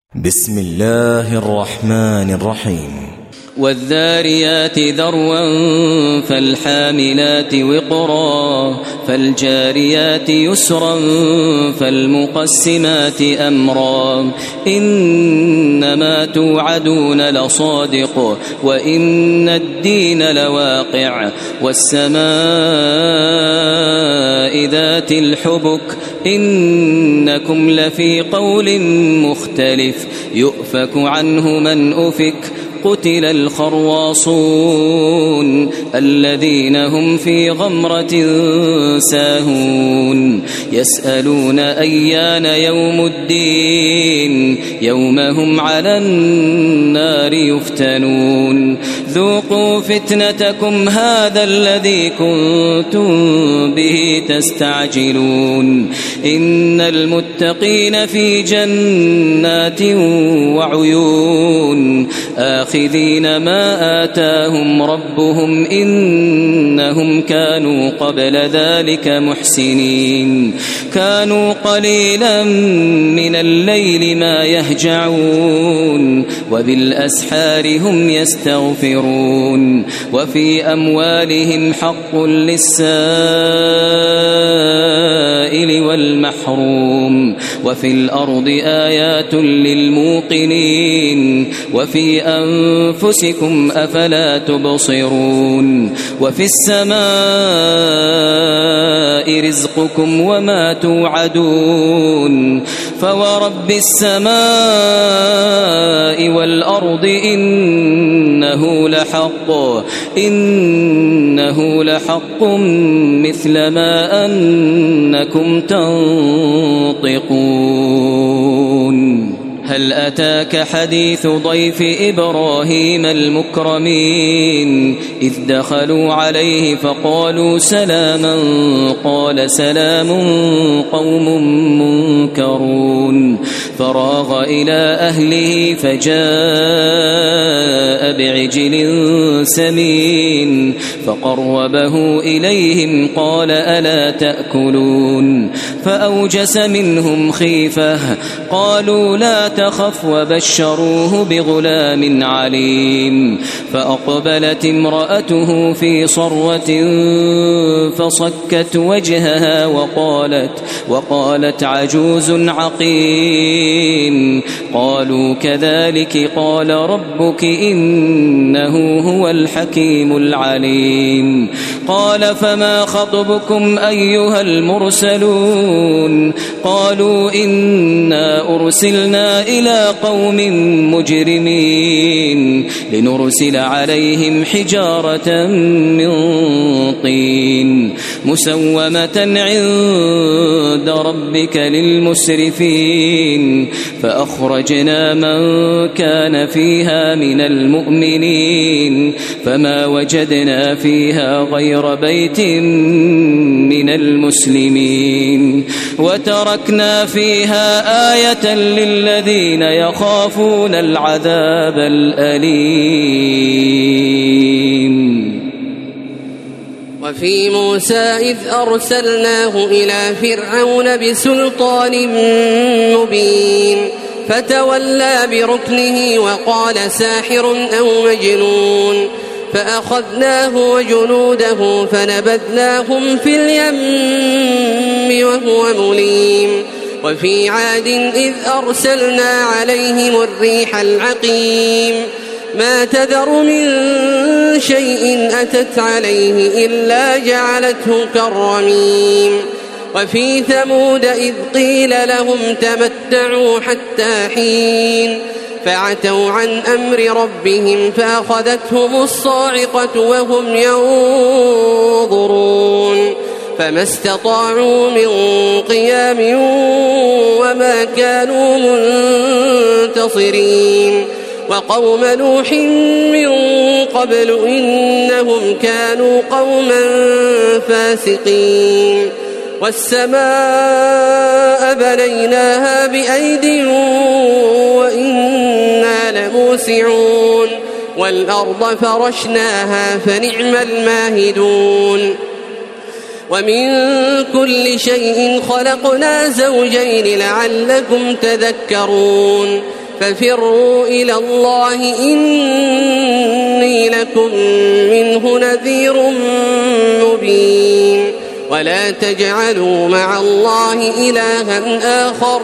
بسم الله الرحمن الرحيم والذاريات ذروا فالحاملات وقرا فالجاريات يسرا فالمقسمات أمرا إنما توعدون لصادق وإن الدين لواقع والسماء ذات الحبك إنكم لفي قول مختلف يؤفك عنه من أفك قتل الخرواصون الذين هم في غمرة ساهون يسألون أيان يوم الدين يوم هم على النار يفتنون ذوقوا فتنتكم هذا الذي كنتم به تستعجلون إن المتقين في جنات وعيون آخذين ما آتاهم ربهم إنهم كانوا قبل ذلك محسنين كانوا قليلا من الليل ما يهجعون وبالأسحار هم يستغفرون وفي أموالهم حق للسائل والمحروم وفي الأرض آيات للموقنين وفي أنفسكم أفلا تبصرون وفي السماء رزقكم وما توعدون فورب السماء والأرض إنه لحق مثل ما أنكم تنطقون هل أتاك حديث ضيف إبراهيم المكرمين إذ دخلوا عليه فقالوا سلاما قال سلام قوم منكرون فراغ إلى أهله فجاء بعجل سمين فقربه إليهم قال ألا تأكلون فأوجس منهم خيفة قالوا لا تخف وبشروه بغلام عليم فأقبلت امرأته في صرة فصكت وجهها وقالت عجوز عقيم قالوا كذلك قال ربك إنه هو الحكيم العليم قال فما خطبكم أيها المرسلون قالوا إنا أرسلنا إلى قوم مجرمين لنرسل عليهم حجارة من طين مسومة عند ربك للمسرفين فأخرجنا من كان فيها من المؤمنين فما وجدنا فيها غير بيت من المسلمين وتركنا فيها آية للذين يخافون العذاب الأليم وفي موسى إذ أرسلناه إلى فرعون بسلطان مبين فتولى بركنه وقال ساحر أو مجنون فأخذناه وجنوده فنبذناهم في اليم وهو مليم وفي عاد إذ أرسلنا عليهم الريح العقيم ما تذر من شيء أتت عليه إلا جعلته كالرميم وفي ثمود إذ قيل لهم تمتعوا حتى حين فعتوا عن أمر ربهم فأخذتهم الصاعقة وهم ينظرون فما استطاعوا من قيام وما كانوا منتصرين وقوم نوح من قبل إنهم كانوا قوما فاسقين والسماء بنيناها بأيد وإنا لموسعون والأرض فرشناها فنعم الماهدون ومن كل شيء خلقنا زوجين لعلكم تذكرون ففروا إلى الله إني لكم منه نذير مبين ولا تجعلوا مع الله إلها آخر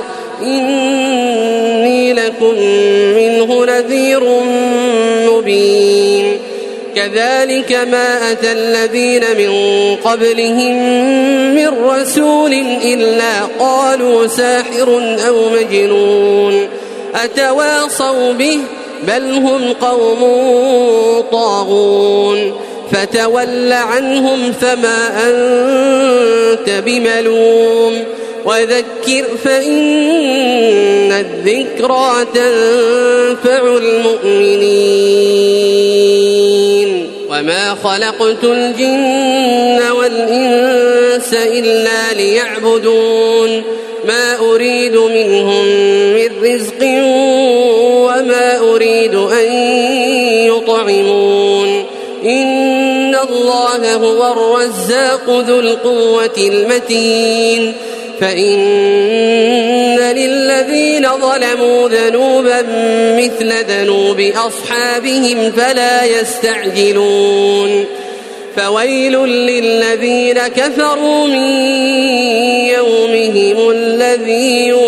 إني لكم منه نذير مبين كذلك ما أتى الذين من قبلهم من رسول إلا قالوا ساحر أو مجنون أتواصوا به بل هم قوم طاغون فتول عنهم فما أنت بملوم وذكر فإن الذكرى تنفع المؤمنين وما خلقت الجن والإنس إلا ليعبدون ما أريد منهم من رزق وما أريد أن يطعمون إن الله هو الرزاق ذو القوة المتين فإن للذين ظلموا ذنوبا مثل ذنوب أصحابهم فلا يستعجلون فويل للذين كفروا من يومهم الذي